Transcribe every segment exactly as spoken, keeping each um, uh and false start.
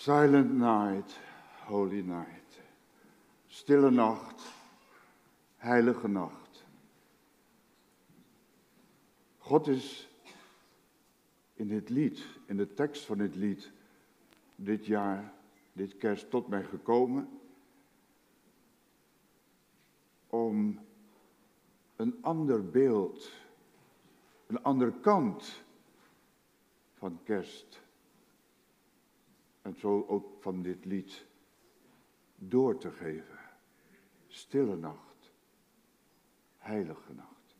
Silent night, holy night. Stille nacht, heilige nacht. God is in dit lied, in de tekst van dit lied, dit jaar, dit kerst tot mij gekomen, om een ander beeld, een andere kant van kerst, en zo ook van dit lied, door te geven. Stille nacht, heilige nacht.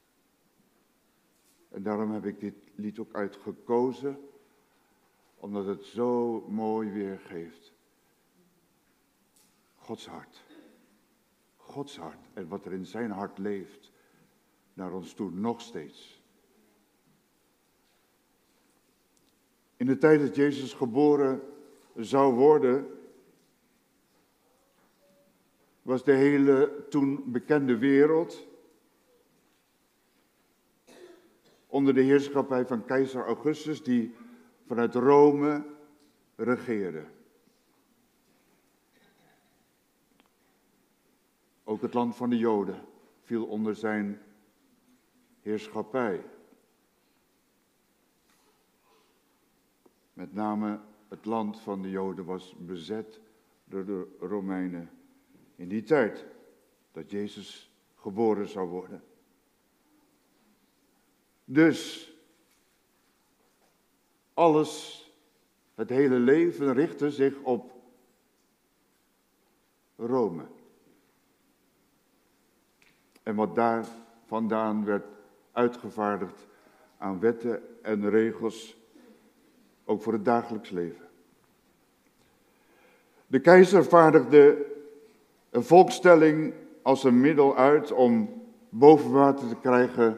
En daarom heb ik dit lied ook uitgekozen, omdat het zo mooi weergeeft. Gods hart. Gods hart en wat er in zijn hart leeft, naar ons toe, nog steeds. In de tijd dat Jezus geboren zou worden, was de hele toen bekende wereld onder de heerschappij van keizer Augustus, die vanuit Rome regeerde. Ook het land van de Joden viel onder zijn heerschappij. Met name het land van de Joden was bezet door de Romeinen in die tijd dat Jezus geboren zou worden. Dus alles, het hele leven richtte zich op Rome. En wat daar vandaan werd uitgevaardigd aan wetten en regels, ook voor het dagelijks leven. De keizer vaardigde een volkstelling als een middel uit om boven water te krijgen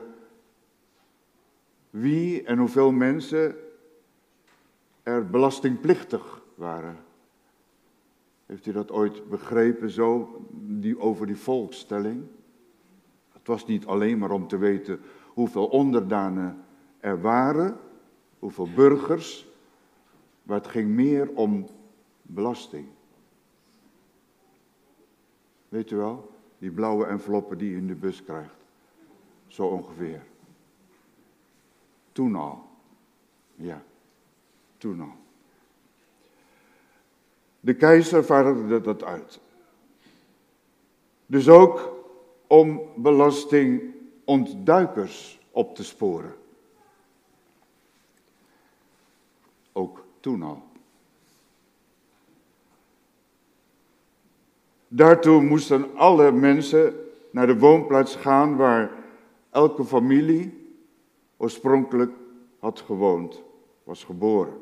wie en hoeveel mensen er belastingplichtig waren. Heeft u dat ooit begrepen zo, die, over die volkstelling? Het was niet alleen maar om te weten hoeveel onderdanen er waren, hoeveel burgers, maar het ging meer om belasting. Weet u wel, die blauwe enveloppen die je in de bus krijgt. Zo ongeveer. Toen al. Ja, toen al. De keizer vaardigde dat uit. Dus ook om belastingontduikers op te sporen. Ook toen al. Daartoe moesten alle mensen naar de woonplaats gaan waar elke familie oorspronkelijk had gewoond, was geboren.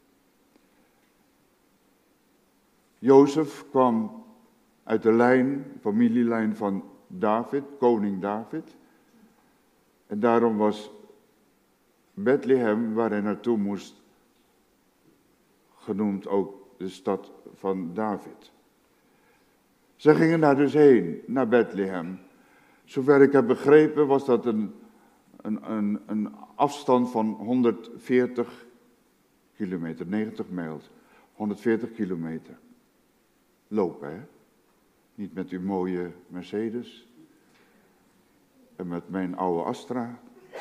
Jozef kwam uit de lijn, familielijn van David, koning David. En daarom was Bethlehem, waar hij naartoe moest, genoemd ook de stad van David. Zij gingen daar dus heen, naar Bethlehem. Zover ik heb begrepen was dat een, een, een, een afstand van honderdveertig kilometer, negentig mijl. honderdveertig kilometer. Lopen, hè? Niet met uw mooie Mercedes. En met mijn oude Astra.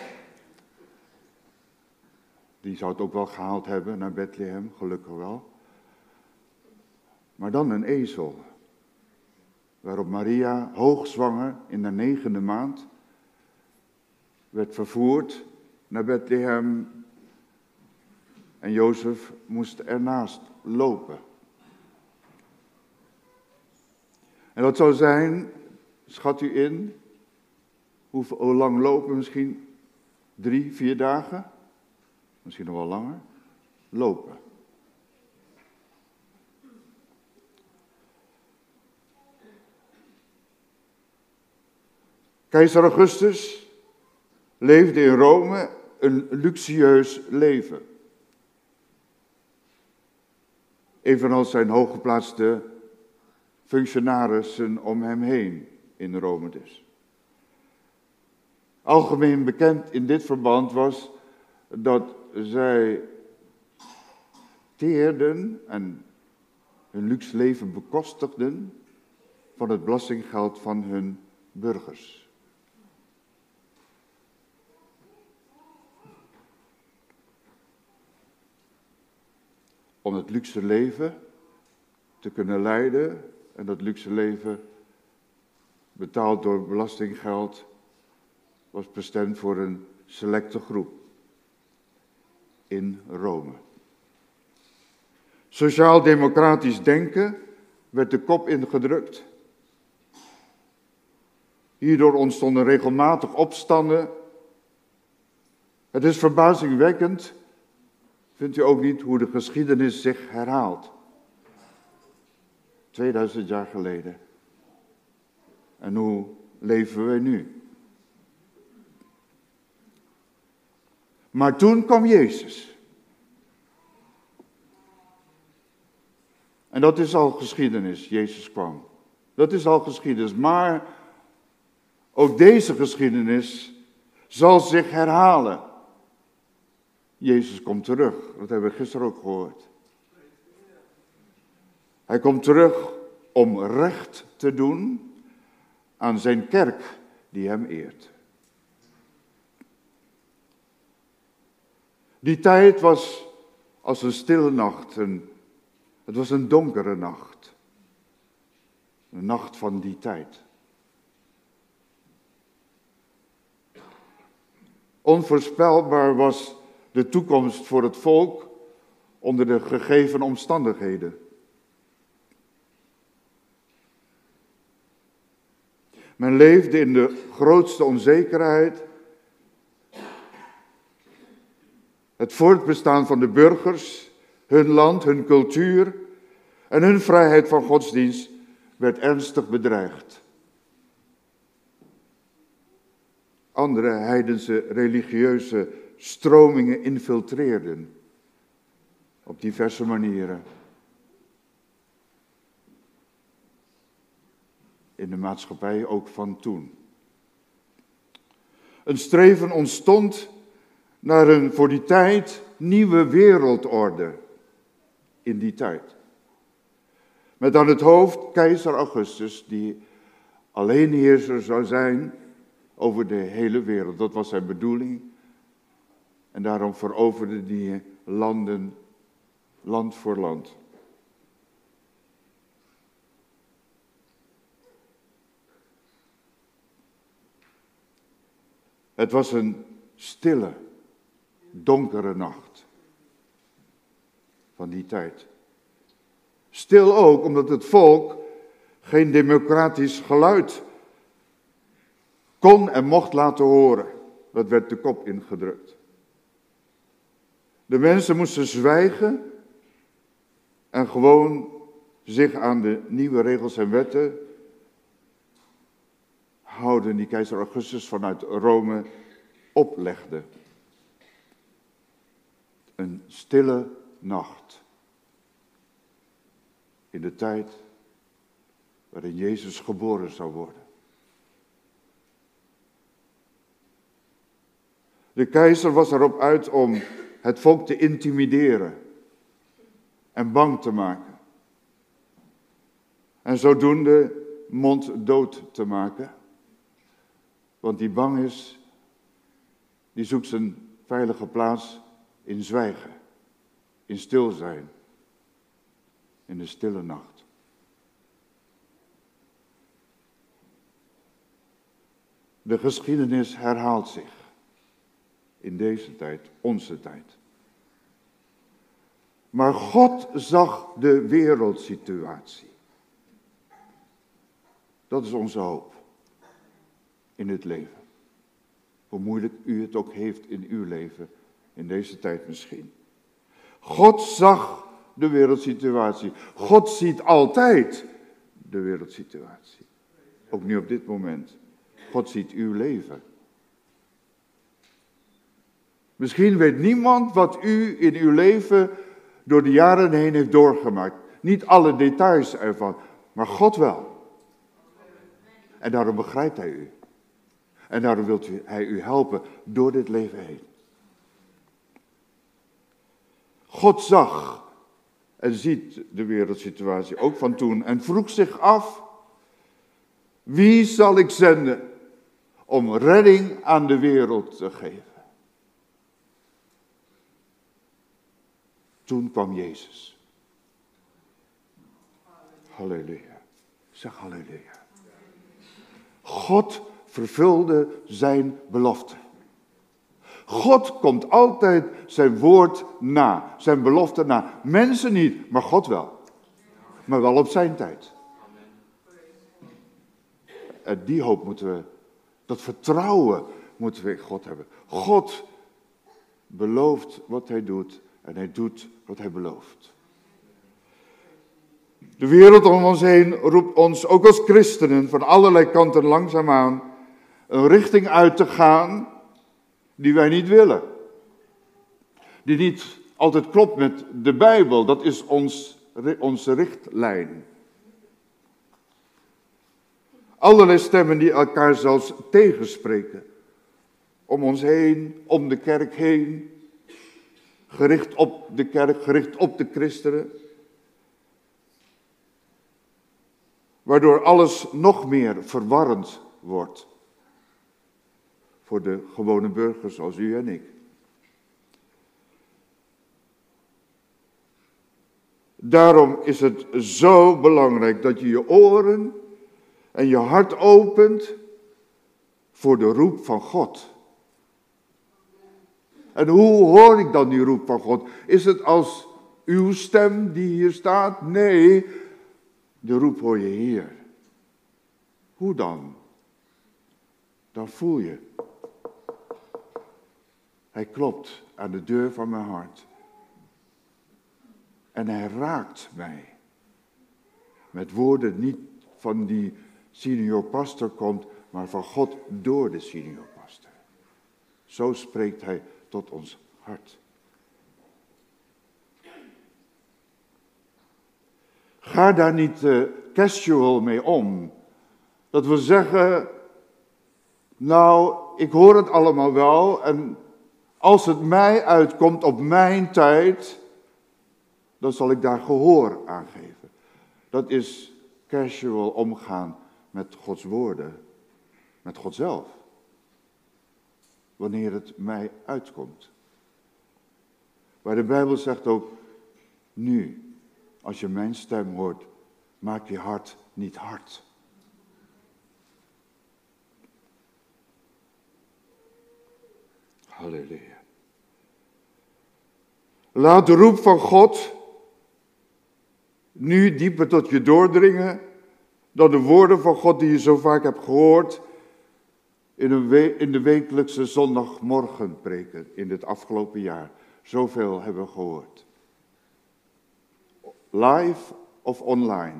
Die zou het ook wel gehaald hebben naar Bethlehem, gelukkig wel. Maar dan een ezel. Waarop Maria, hoogzwanger in de negende maand, werd vervoerd naar Bethlehem. En Jozef moest ernaast lopen. En dat zou zijn, schat u in, hoe, hoe lang lopen? Misschien drie, vier dagen? Misschien nog wel langer. Lopen. Keizer Augustus leefde in Rome een luxueus leven. Evenals zijn hooggeplaatste functionarissen om hem heen in Rome dus. Algemeen bekend in dit verband was dat zij teerden en hun luxe leven bekostigden van het belastinggeld van hun burgers. Om het luxe leven te kunnen leiden, en dat luxe leven betaald door belastinggeld was bestemd voor een selecte groep in Rome. Sociaal-democratisch denken werd de kop ingedrukt. Hierdoor ontstonden regelmatig opstanden. Het is verbazingwekkend, vindt u ook niet, hoe de geschiedenis zich herhaalt. tweeduizend jaar geleden. En hoe leven wij nu? Maar toen kwam Jezus. En dat is al geschiedenis, Jezus kwam. Dat is al geschiedenis, maar ook deze geschiedenis zal zich herhalen. Jezus komt terug, dat hebben we gisteren ook gehoord. Hij komt terug om recht te doen aan zijn kerk die hem eert. Die tijd was als een stille nacht, een, het was een donkere nacht. Een nacht van die tijd. Onvoorspelbaar was de toekomst voor het volk onder de gegeven omstandigheden. Men leefde in de grootste onzekerheid. Het voortbestaan van de burgers, hun land, hun cultuur en hun vrijheid van godsdienst werd ernstig bedreigd. Andere heidense religieuze stromingen infiltreerden op diverse manieren in de maatschappij ook van toen. Een streven ontstond naar een voor die tijd nieuwe wereldorde in die tijd. Met aan het hoofd keizer Augustus, die alleenheerser zou zijn over de hele wereld. Dat was zijn bedoeling. En daarom veroverde hij landen, land voor land. Het was een stille, donkere nacht van die tijd. Stil ook omdat het volk geen democratisch geluid kon en mocht laten horen. Dat werd de kop ingedrukt. De mensen moesten zwijgen en gewoon zich aan de nieuwe regels en wetten houden die keizer Augustus vanuit Rome oplegde. Een stille nacht in de tijd waarin Jezus geboren zou worden. De keizer was erop uit om het volk te intimideren en bang te maken. En zodoende monddood te maken. Want die bang is, die zoekt zijn veilige plaats in zwijgen, in stil zijn, in de stille nacht. De geschiedenis herhaalt zich in deze tijd, onze tijd. Maar God zag de wereldsituatie. Dat is onze hoop in het leven. Hoe moeilijk u het ook heeft in uw leven, in deze tijd misschien. God zag de wereldsituatie. God ziet altijd de wereldsituatie. Ook nu op dit moment. God ziet uw leven. Misschien weet niemand wat u in uw leven door de jaren heen heeft doorgemaakt. Niet alle details ervan, maar God wel. En daarom begrijpt hij u. En daarom wil hij u helpen door dit leven heen. God zag en ziet de wereldsituatie ook van toen en vroeg zich af, wie zal ik zenden om redding aan de wereld te geven? Toen kwam Jezus. Halleluja. Zeg halleluja. God vervulde zijn belofte. God komt altijd zijn woord na, zijn belofte na. Mensen niet, maar God wel. Maar wel op zijn tijd. En die hoop moeten we, dat vertrouwen moeten we in God hebben. God belooft wat hij doet en hij doet wat hij belooft. De wereld om ons heen roept ons, ook als christenen, van allerlei kanten langzaamaan een richting uit te gaan die wij niet willen. Die niet altijd klopt met de Bijbel. Dat is ons, onze richtlijn. Allerlei stemmen die elkaar zelfs tegenspreken. Om ons heen, om de kerk heen. Gericht op de kerk, gericht op de christenen. Waardoor alles nog meer verwarrend wordt. Voor de gewone burgers zoals u en ik. Daarom is het zo belangrijk dat je je oren en je hart opent voor de roep van God. En hoe hoor ik dan die roep van God? Is het als uw stem die hier staat? Nee, de roep hoor je hier. Hoe dan? Dan voel je. Hij klopt aan de deur van mijn hart. En hij raakt mij. Met woorden niet van die senior pastor komt, maar van God door de senior pastor. Zo spreekt hij tot ons hart. Ga daar niet uh, casual mee om. Dat wil zeggen, nou, ik hoor het allemaal wel en als het mij uitkomt op mijn tijd, dan zal ik daar gehoor aan geven. Dat is casual omgaan met Gods woorden, met God zelf. Wanneer het mij uitkomt. Maar de Bijbel zegt ook, nu, als je mijn stem hoort, maak je hart niet hard. Halleluja. Laat de roep van God nu dieper tot je doordringen dan de woorden van God die je zo vaak hebt gehoord in, een we- in de wekelijkse zondagmorgen preken in dit afgelopen jaar. Zoveel hebben we gehoord. Live of online.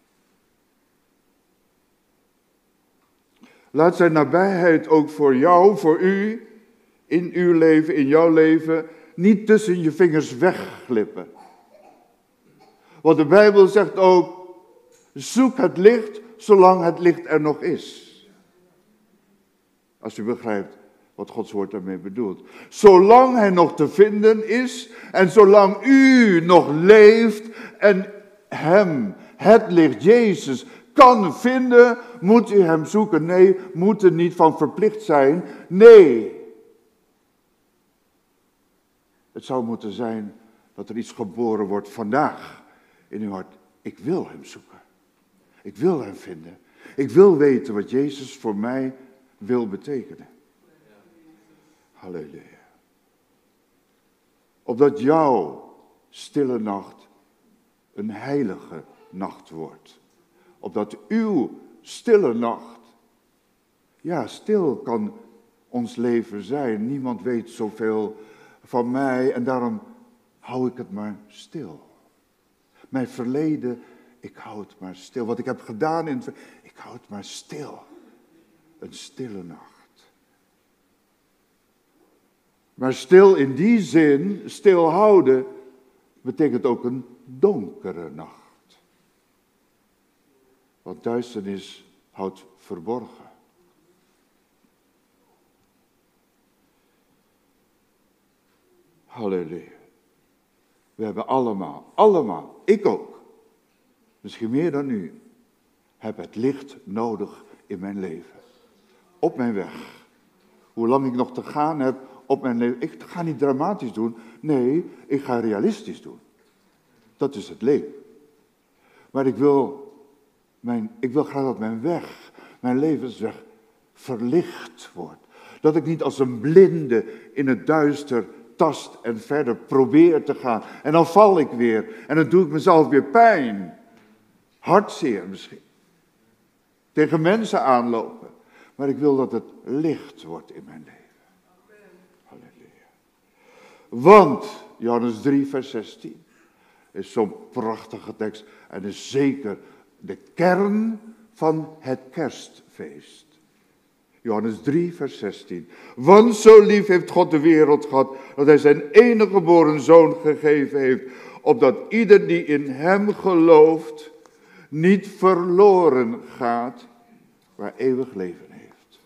Laat zijn nabijheid ook voor jou, voor u, in uw leven, in jouw leven, niet tussen je vingers wegglippen. Want de Bijbel zegt ook, zoek het licht zolang het licht er nog is. Als u begrijpt wat Gods woord daarmee bedoelt. Zolang hij nog te vinden is en zolang u nog leeft en hem, het licht Jezus, kan vinden, moet u hem zoeken. Nee, moet er niet van verplicht zijn. Nee. Het zou moeten zijn dat er iets geboren wordt vandaag in uw hart. Ik wil hem zoeken. Ik wil hem vinden. Ik wil weten wat Jezus voor mij wil betekenen. Halleluja. Opdat jouw stille nacht een heilige nacht wordt. Opdat uw stille nacht, ja, stil kan ons leven zijn. Niemand weet zoveel van mij en daarom hou ik het maar stil. Mijn verleden, ik hou het maar stil. Wat ik heb gedaan, in het, ik hou het maar stil. Een stille nacht. Maar stil in die zin, stil houden, betekent ook een donkere nacht. Want duisternis houdt verborgen. Halleluja. We hebben allemaal, allemaal, ik ook, misschien meer dan u, heb het licht nodig in mijn leven. Op mijn weg. Hoe lang ik nog te gaan heb op mijn leven. Ik ga niet dramatisch doen. Nee, ik ga realistisch doen. Dat is het leven. Maar ik wil, mijn, ik wil graag dat mijn weg, mijn levensweg, verlicht wordt. Dat ik niet als een blinde in het duister tast en verder probeer te gaan. En dan val ik weer. En dan doe ik mezelf weer pijn. Hartzeer misschien. Tegen mensen aanlopen. Maar ik wil dat het licht wordt in mijn leven. Halleluja. Want, Johannes drie vers zestien, is zo'n prachtige tekst. En is zeker de kern van het kerstfeest. Johannes drie vers zestien. Want zo lief heeft God de wereld gehad, dat hij zijn enige geboren zoon gegeven heeft, opdat ieder die in hem gelooft, niet verloren gaat, maar eeuwig leven heeft.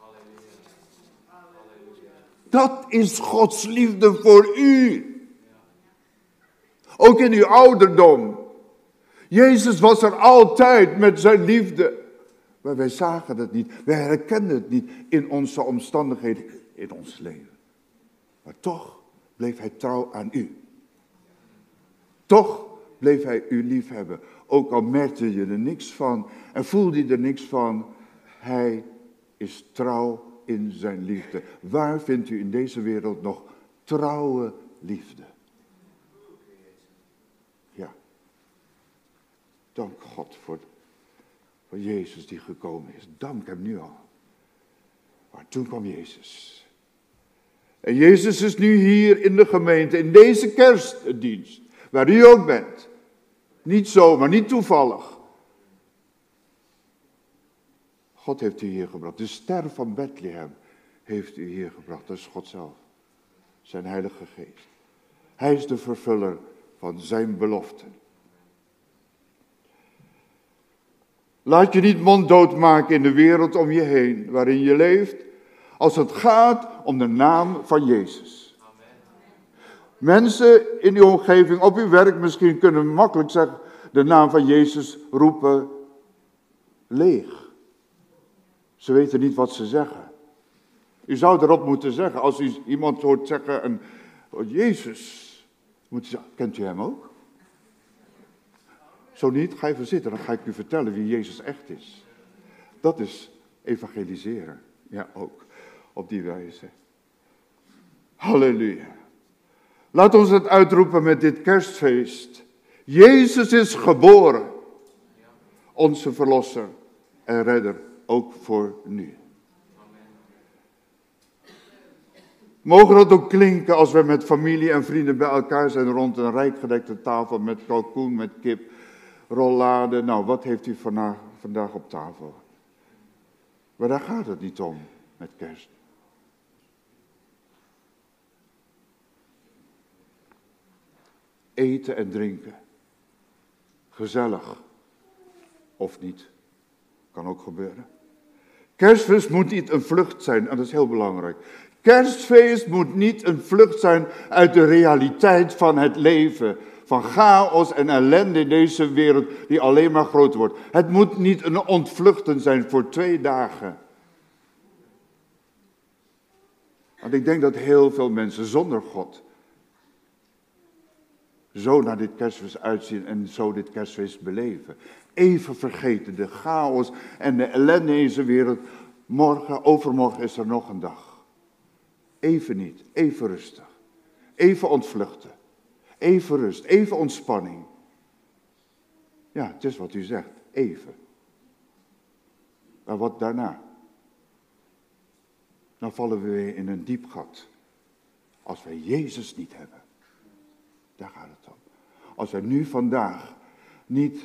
Dat is Gods liefde voor u. Ook in uw ouderdom. Jezus was er altijd met zijn liefde. Maar wij zagen het niet. Wij herkenden het niet in onze omstandigheden, in ons leven. Maar toch bleef hij trouw aan u. Toch bleef hij u lief hebben. Ook al merkte je er niks van en voelde je er niks van. Hij is trouw in zijn liefde. Waar vindt u in deze wereld nog trouwe liefde? Ja. Dank God voor, voor Jezus die gekomen is. Dank hem nu al. Maar toen kwam Jezus. En Jezus is nu hier in de gemeente, in deze kerstdienst. Waar u ook bent. Niet zomaar, niet toevallig. God heeft u hier gebracht. De ster van Bethlehem heeft u hier gebracht. Dat is God zelf. Zijn Heilige Geest. Hij is de vervuller van zijn beloften. Laat je niet monddood maken in de wereld om je heen, waarin je leeft, als het gaat om de naam van Jezus. Mensen in uw omgeving, op uw werk misschien, kunnen makkelijk zeggen, de naam van Jezus roepen leeg. Ze weten niet wat ze zeggen. U zou erop moeten zeggen, als u iemand hoort zeggen, een, oh, Jezus, moet u zeggen, kent u hem ook? Zo niet, ga even zitten, dan ga ik u vertellen wie Jezus echt is. Dat is evangeliseren, ja ook, op die wijze. Halleluja. Laat ons het uitroepen met dit kerstfeest. Jezus is geboren. Onze verlosser en redder, ook voor nu. Mogen dat ook klinken als we met familie en vrienden bij elkaar zijn rond een rijk gedekte tafel met kalkoen, met kip, rollade. Nou, wat heeft u vandaag, vandaag op tafel? Maar daar gaat het niet om met kerst. Eten en drinken. Gezellig. Of niet. Kan ook gebeuren. Kerstfeest moet niet een vlucht zijn, en dat is heel belangrijk. Kerstfeest moet niet een vlucht zijn uit de realiteit van het leven. Van chaos en ellende in deze wereld die alleen maar groter wordt. Het moet niet een ontvluchten zijn voor twee dagen. Want ik denk dat heel veel mensen zonder God zo naar dit kerstfeest uitzien en zo dit kerstfeest beleven. Even vergeten de chaos en de ellende in deze wereld. Morgen, overmorgen is er nog een dag. Even niet, even rustig. Even ontvluchten. Even rust, even ontspanning. Ja, het is wat u zegt, even. Maar wat daarna? Dan vallen we weer in een diep gat. Als wij Jezus niet hebben. Daar gaat het om. Als wij nu vandaag niet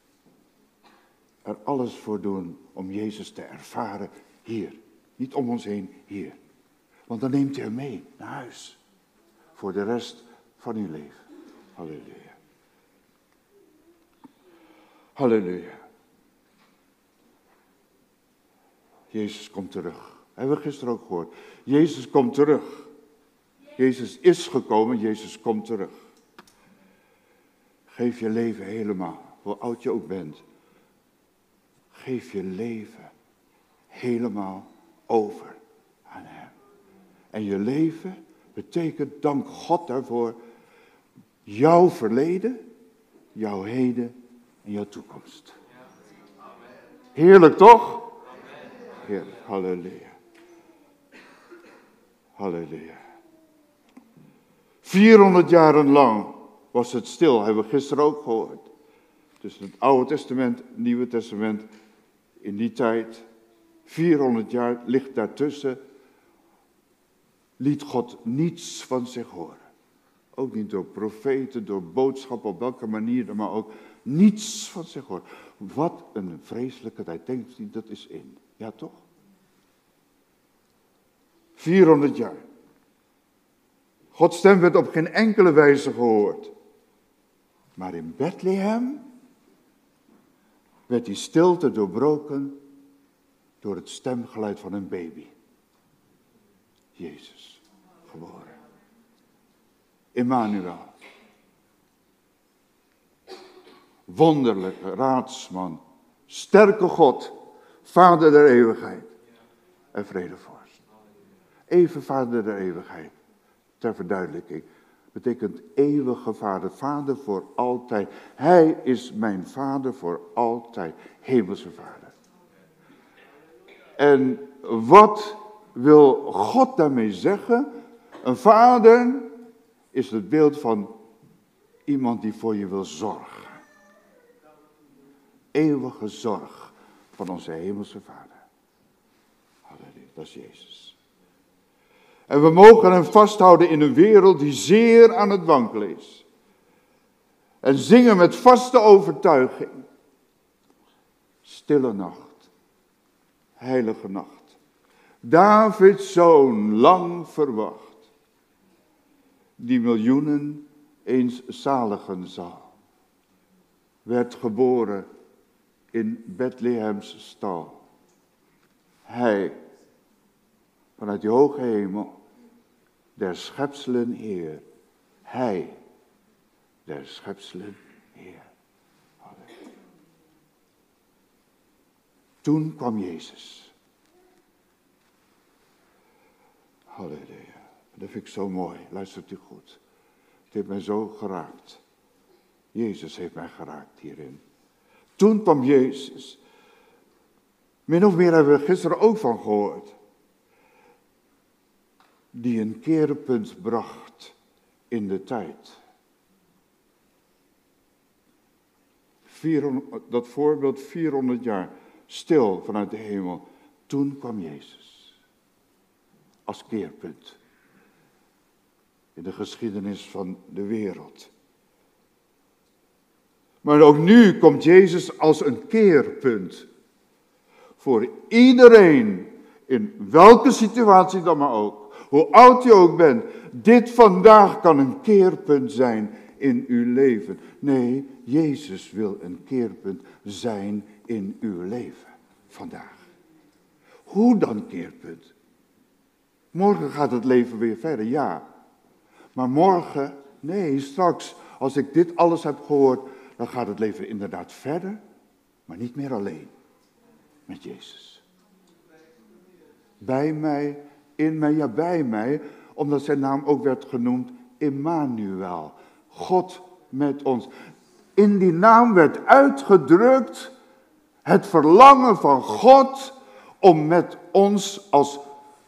er alles voor doen om Jezus te ervaren hier. Niet om ons heen, hier. Want dan neemt u hem mee naar huis. Voor de rest van uw leven. Halleluja. Halleluja. Jezus komt terug. Hebben we gisteren ook gehoord. Jezus komt terug. Jezus is gekomen, Jezus komt terug. Geef je leven helemaal, hoe oud je ook bent. Geef je leven helemaal over aan hem. En je leven betekent, dank God daarvoor, jouw verleden, jouw heden en jouw toekomst. Heerlijk toch? Heerlijk, halleluja. Halleluja. vierhonderd jaren lang was het stil, hebben we gisteren ook gehoord. Tussen het Oude Testament, het Nieuwe Testament, in die tijd, vierhonderd jaar ligt daartussen, liet God niets van zich horen. Ook niet door profeten, door boodschappen, op welke manier dan maar ook. Niets van zich horen. Wat een vreselijke tijd. Denkt u, dat is in. Ja toch? vierhonderd jaar. Gods stem werd op geen enkele wijze gehoord. Maar in Bethlehem werd die stilte doorbroken door het stemgeluid van een baby. Jezus, geboren. Immanuel. Wonderlijke raadsman, sterke God, Vader der eeuwigheid en vredevorst. Even Vader der eeuwigheid, ter verduidelijking, betekent eeuwige Vader, Vader voor altijd. Hij is mijn Vader voor altijd, hemelse Vader. En wat wil God daarmee zeggen? Een vader is het beeld van iemand die voor je wil zorgen. Eeuwige zorg van onze hemelse Vader. Halleluja, dat is Jezus. En we mogen hem vasthouden in een wereld die zeer aan het wankelen is. En zingen met vaste overtuiging. Stille nacht, heilige nacht. Davids zoon, lang verwacht. Die miljoenen eens zaligen zal. Werd geboren in Bethlehems stal. Hij, vanuit die hoge hemel, der schepselen Heer. Hij, der schepselen Heer. Halleluja. Toen kwam Jezus. Halleluja. Dat vind ik zo mooi. Luistert u goed. Het heeft mij zo geraakt. Jezus heeft mij geraakt hierin. Toen kwam Jezus. Min of meer hebben we gisteren ook van gehoord. Die een keerpunt bracht in de tijd. vierhonderd, dat voorbeeld vierhonderd jaar stil vanuit de hemel. Toen kwam Jezus. Als keerpunt. In de geschiedenis van de wereld. Maar ook nu komt Jezus als een keerpunt. Voor iedereen, in welke situatie dan maar ook. Hoe oud je ook bent. Dit vandaag kan een keerpunt zijn in uw leven. Nee, Jezus wil een keerpunt zijn in uw leven. Vandaag. Hoe dan keerpunt? Morgen gaat het leven weer verder, ja. Maar morgen, nee, straks, als ik dit alles heb gehoord, dan gaat het leven inderdaad verder, maar niet meer alleen. Met Jezus. Bij mij, in mij, ja bij mij, omdat zijn naam ook werd genoemd Immanuel. God met ons. In die naam werd uitgedrukt het verlangen van God om met ons als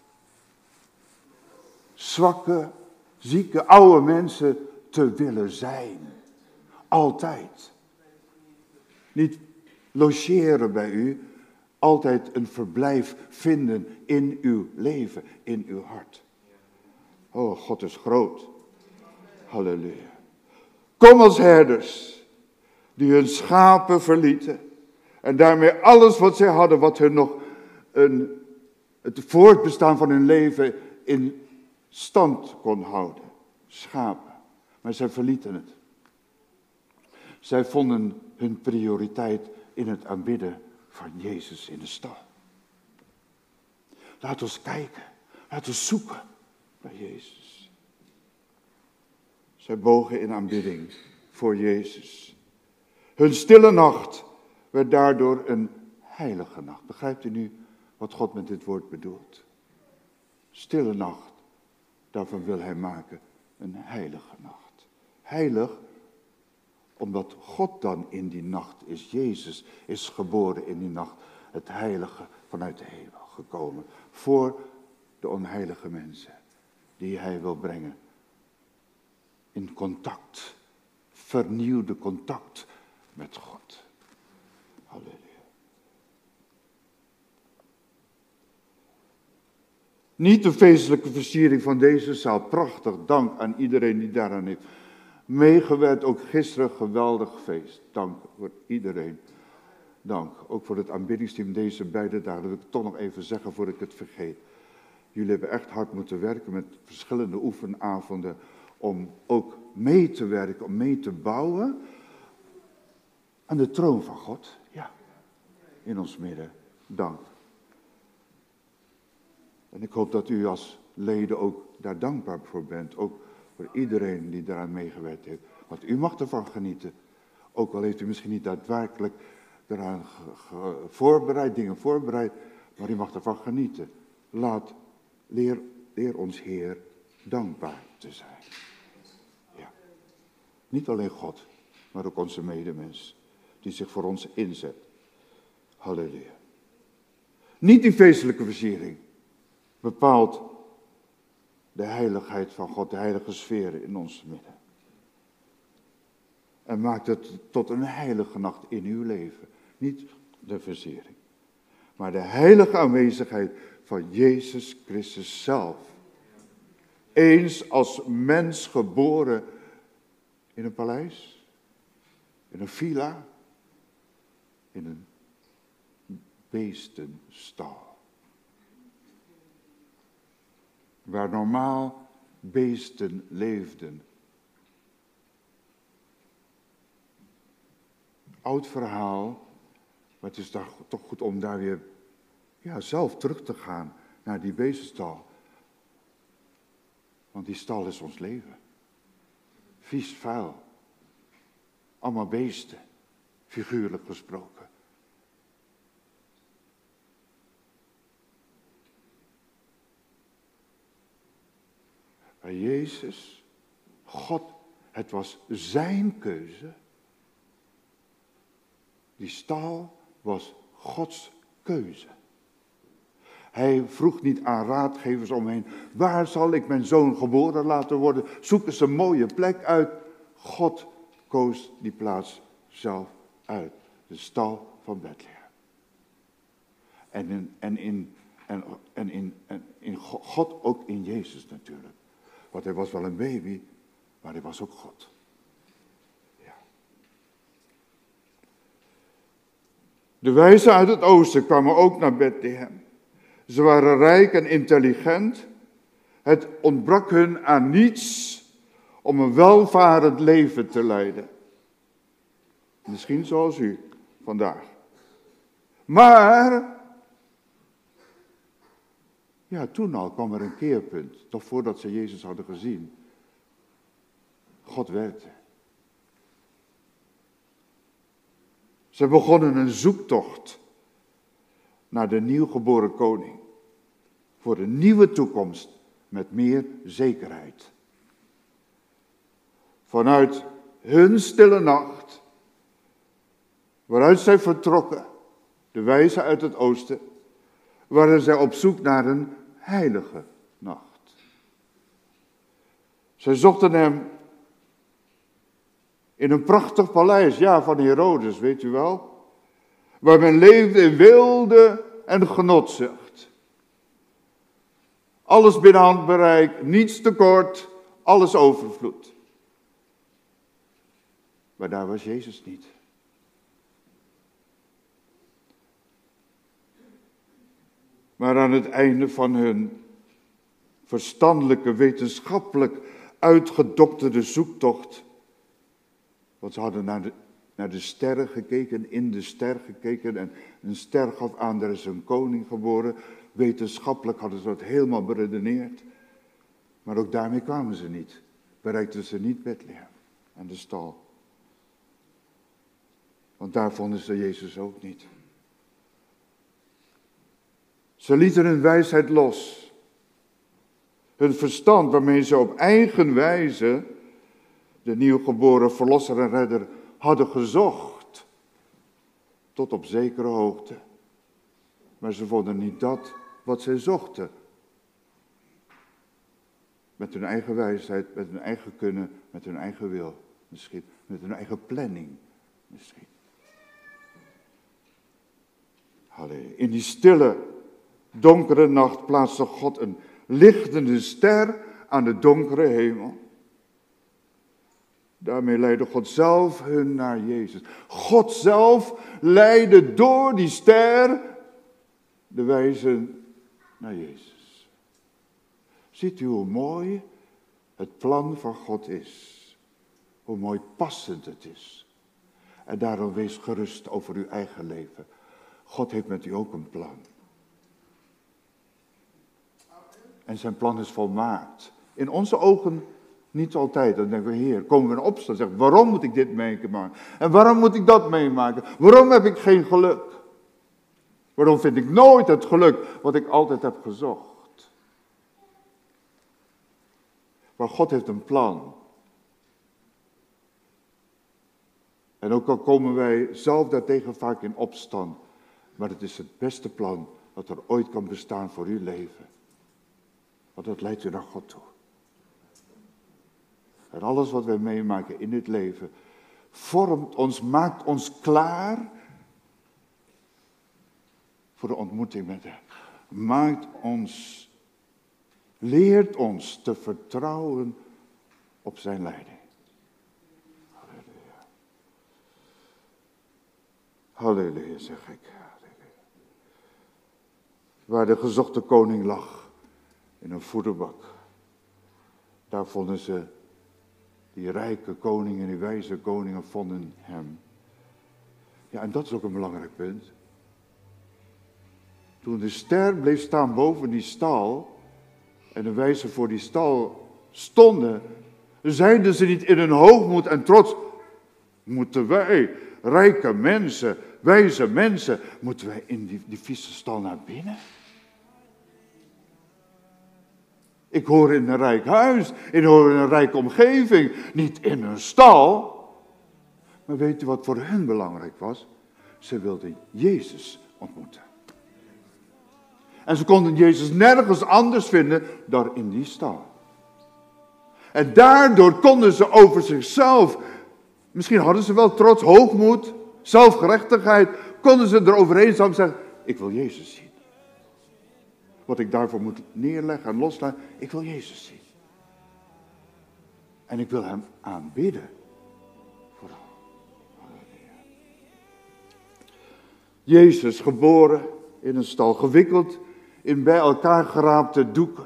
zwakke, zieke, oude mensen te willen zijn. Altijd. Niet logeren bij u, altijd een verblijf vinden in uw leven, in uw hart. Oh, God is groot. Halleluja. Kom als herders, die hun schapen verlieten. En daarmee alles wat zij hadden, wat hun nog een, het voortbestaan van hun leven in stand kon houden. Schapen. Maar zij verlieten het. Zij vonden hun prioriteit in het aanbidden van Jezus in de stal. Laat ons kijken. Laat ons zoeken naar Jezus. Zij bogen in aanbidding voor Jezus. Hun stille nacht werd daardoor een heilige nacht. Begrijpt u nu wat God met dit woord bedoelt? Stille nacht, daarvan wil hij maken een heilige nacht. Heilig, omdat God dan in die nacht is. Jezus is geboren in die nacht. Het heilige vanuit de hemel gekomen. Voor de onheilige mensen die hij wil brengen. In contact. Vernieuwde contact met God. Halleluja. Niet de feestelijke versiering van deze zaal. Prachtig, dank aan iedereen die daaraan heeft meegewerkt. Ook gisteren, geweldig feest. Dank voor iedereen. Dank, ook voor het aanbiddingsteam deze beide dagen. Dat wil ik toch nog even zeggen voordat ik het vergeet. Jullie hebben echt hard moeten werken met verschillende oefenavonden. Om ook mee te werken, om mee te bouwen aan de troon van God. Ja, in ons midden. Dank. En ik hoop dat u als leden ook daar dankbaar voor bent. Ook voor iedereen die daaraan meegewerkt heeft. Want u mag ervan genieten. Ook al heeft u misschien niet daadwerkelijk eraan ge- ge- voorbereid, dingen voorbereid. Maar u mag ervan genieten. Laat, leer, leer ons Heer dankbaar te zijn. Ja. Niet alleen God, maar ook onze medemens. Die zich voor ons inzet. Halleluja. Niet die feestelijke versiering bepaalt de heiligheid van God, de heilige sfeer in ons midden. En maakt het tot een heilige nacht in uw leven. Niet de versiering, maar de heilige aanwezigheid van Jezus Christus zelf. Eens als mens geboren in een paleis, in een villa, in een beestenstal. Waar normaal beesten leefden. Oud verhaal, maar het is toch goed om daar weer ja, zelf terug te gaan naar die beestenstal. Want die stal is ons leven. Vies, vuil. Allemaal beesten, figuurlijk gesproken. Maar Jezus, God, het was zijn keuze. Die stal was Gods keuze. Hij vroeg niet aan raadgevers omheen, waar zal ik mijn zoon geboren laten worden? Zoek eens een mooie plek uit. God koos die plaats zelf uit. De stal van Bethlehem. En in, en in, en, en in, en in God ook in Jezus natuurlijk. Want hij was wel een baby, maar hij was ook God. Ja. De wijzen uit het oosten kwamen ook naar Bethlehem. Ze waren rijk en intelligent. Het ontbrak hun aan niets om een welvarend leven te leiden. Misschien zoals u vandaag. Maar, ja, toen al kwam er een keerpunt. Toch voordat ze Jezus hadden gezien. God werkte. Ze begonnen een zoektocht naar de nieuwgeboren koning. Voor een nieuwe toekomst met meer zekerheid. Vanuit hun stille nacht, waaruit zij vertrokken, de wijzen uit het oosten, waren zij op zoek naar een heilige nacht. Zij zochten hem in een prachtig paleis, ja, van Herodes, weet u wel, waar men leefde in wilde en genotzucht. Alles binnen handbereik, niets tekort, alles overvloed. Maar daar was Jezus niet. Maar aan het einde van hun verstandelijke, wetenschappelijk uitgedokterde zoektocht, want ze hadden naar de, naar de sterren gekeken, in de ster gekeken en een ster gaf aan, er is een koning geboren. Wetenschappelijk hadden ze dat helemaal beredeneerd. Maar ook daarmee kwamen ze niet. Bereikten ze niet Bethlehem en de stal Want daar vonden ze Jezus ook niet. Ze lieten hun wijsheid los. Hun verstand waarmee ze op eigen wijze de nieuwgeboren verlosser en redder hadden gezocht. Tot op zekere hoogte. Maar ze vonden niet dat wat zij zochten. Met hun eigen wijsheid, met hun eigen kunnen, met hun eigen wil. Misschien met hun eigen planning. Misschien. Allee, in die stille, donkere nacht plaatste God een lichtende ster aan de donkere hemel. Daarmee leidde God zelf hun naar Jezus. God zelf leidde door die ster de wijzen naar Jezus. Ziet u hoe mooi het plan van God is? Hoe mooi passend het is. En daarom wees gerust over uw eigen leven. God heeft met u ook een plan. En zijn plan is volmaakt. In onze ogen niet altijd. Dan denken we, Heer, komen we in opstand. Zeggen, waarom moet ik dit meemaken? En waarom moet ik dat meemaken? Waarom heb ik geen geluk? Waarom vind ik nooit het geluk wat ik altijd heb gezocht? Maar God heeft een plan. En ook al komen wij zelf daartegen vaak in opstand. Maar het is het beste plan dat er ooit kan bestaan voor uw leven. Want dat leidt u naar God toe. En alles wat wij meemaken in dit leven vormt ons, maakt ons klaar voor de ontmoeting met hem. Maakt ons, leert ons te vertrouwen op zijn leiding. Halleluja. Halleluja, zeg ik. Halleluja. Waar de gezochte koning lag, in een voederbak, daar vonden ze die rijke koningen, die wijze koningen vonden hem. Ja, en dat is ook een belangrijk punt. Toen de ster bleef staan boven die stal en de wijzen voor die stal stonden, zeiden ze niet in hun hoogmoed en trots, moeten wij, rijke mensen, wijze mensen, moeten wij in die, die vieze stal naar binnen? Ik hoor in een rijk huis, ik hoor in een rijke omgeving, niet in een stal. Maar weet u wat voor hen belangrijk was? Ze wilden Jezus ontmoeten. En ze konden Jezus nergens anders vinden dan in die stal. En daardoor konden ze over zichzelf, misschien hadden ze wel trots, hoogmoed, zelfgerechtigheid, konden ze eroverheen samen zeggen, ik wil Jezus zien. Wat ik daarvoor moet neerleggen en loslaten, ik wil Jezus zien. En ik wil hem aanbidden. Vooral. Halleluja. Jezus geboren in een stal, gewikkeld in bij elkaar geraapte doeken.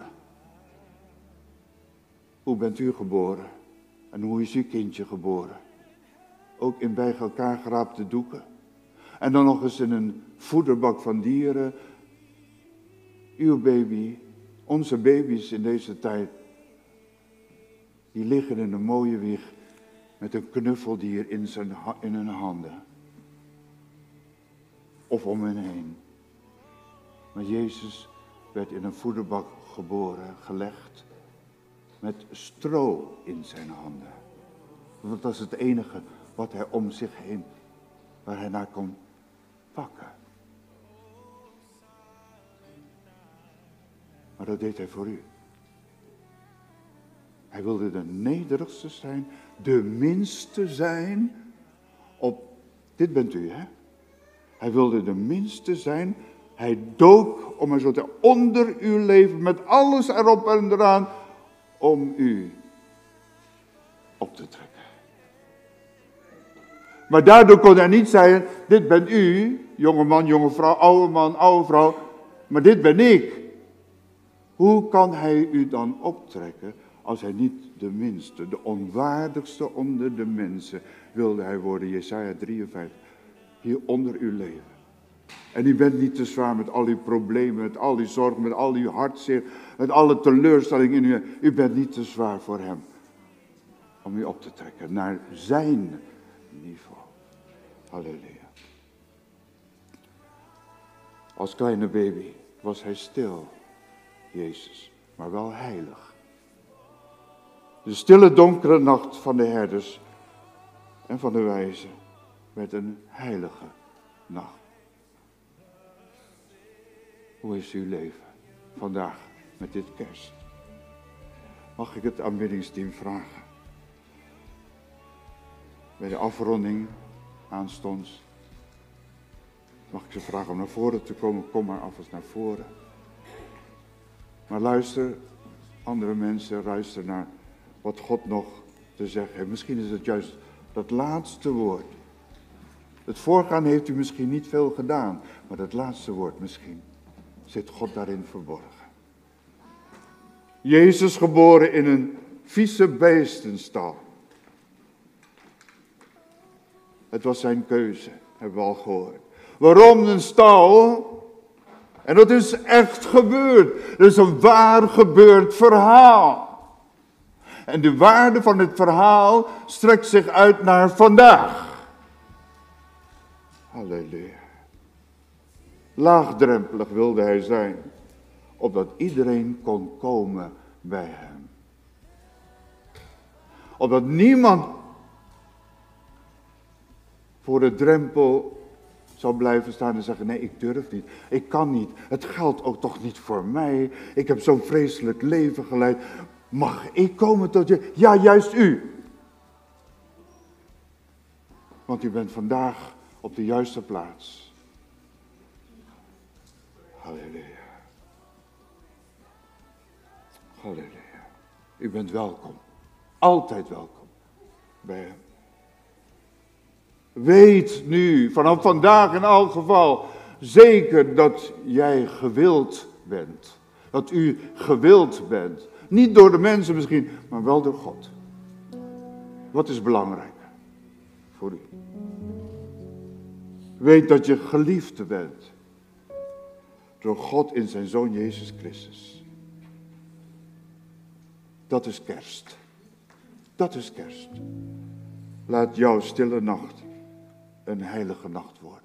Hoe bent u geboren? En hoe is uw kindje geboren? Ook in bij elkaar geraapte doeken. En dan nog eens in een voederbak van dieren. Uw baby, onze baby's in deze tijd, die liggen in een mooie wieg met een knuffeldier in, zijn, in hun handen. Of om hen heen. Maar Jezus werd in een voederbak geboren, gelegd, met stro in zijn handen. Want dat is het enige wat hij om zich heen, waar hij naar kon pakken. Maar dat deed hij voor u. Hij wilde de nederigste zijn, de minste zijn. Op, dit bent u, hè? Hij wilde de minste zijn. Hij dook, om maar zo te zeggen, onder uw leven, met alles erop en eraan, om u op te trekken. Maar daardoor kon hij niet zeggen, dit bent u, jonge man, jonge vrouw, oude man, oude vrouw, maar dit ben ik. Hoe kan hij u dan optrekken als hij niet de minste, de onwaardigste onder de mensen wilde hij worden? Jesaja drieënvijftig. Hier onder uw leven. En u bent niet te zwaar met al uw problemen, met al uw zorgen, met al uw hartzeer, met alle teleurstellingen in u. U bent niet te zwaar voor hem om u op te trekken naar zijn niveau. Halleluja. Als kleine baby was hij stil, Jezus, maar wel heilig. De stille donkere nacht van de herders en van de wijzen werd een heilige nacht. Hoe is uw leven vandaag met dit kerst? Mag ik het aanbiddingsteam vragen? Bij de afronding aanstonds mag ik ze vragen om naar voren te komen. Kom maar alvast naar voren. Maar luister, andere mensen, luister naar wat God nog te zeggen heeft. Misschien is het juist dat laatste woord. Het voorgaan heeft u misschien niet veel gedaan, maar dat laatste woord misschien zit God daarin verborgen. Jezus geboren in een vieze beestenstal. Het was zijn keuze, hebben we al gehoord. Waarom een stal? En dat is echt gebeurd. Het is een waar gebeurd verhaal. En de waarde van het verhaal strekt zich uit naar vandaag. Halleluja. Laagdrempelig wilde hij zijn, opdat iedereen kon komen bij hem. Opdat niemand voor de drempel zou blijven staan en zeggen, nee, ik durf niet, ik kan niet, het geldt ook toch niet voor mij, ik heb zo'n vreselijk leven geleid, mag ik komen tot je? Ja, juist u. Want u bent vandaag op de juiste plaats. Halleluja. Halleluja. U bent welkom. Altijd welkom bij hem. Weet nu, vanaf vandaag in elk geval, zeker dat jij gewild bent. Dat u gewild bent. Niet door de mensen misschien, maar wel door God. Wat is belangrijk voor u? Weet dat je geliefd bent. Door God in zijn Zoon Jezus Christus. Dat is kerst. Dat is kerst. Laat jouw stille nacht een heilige nacht worden.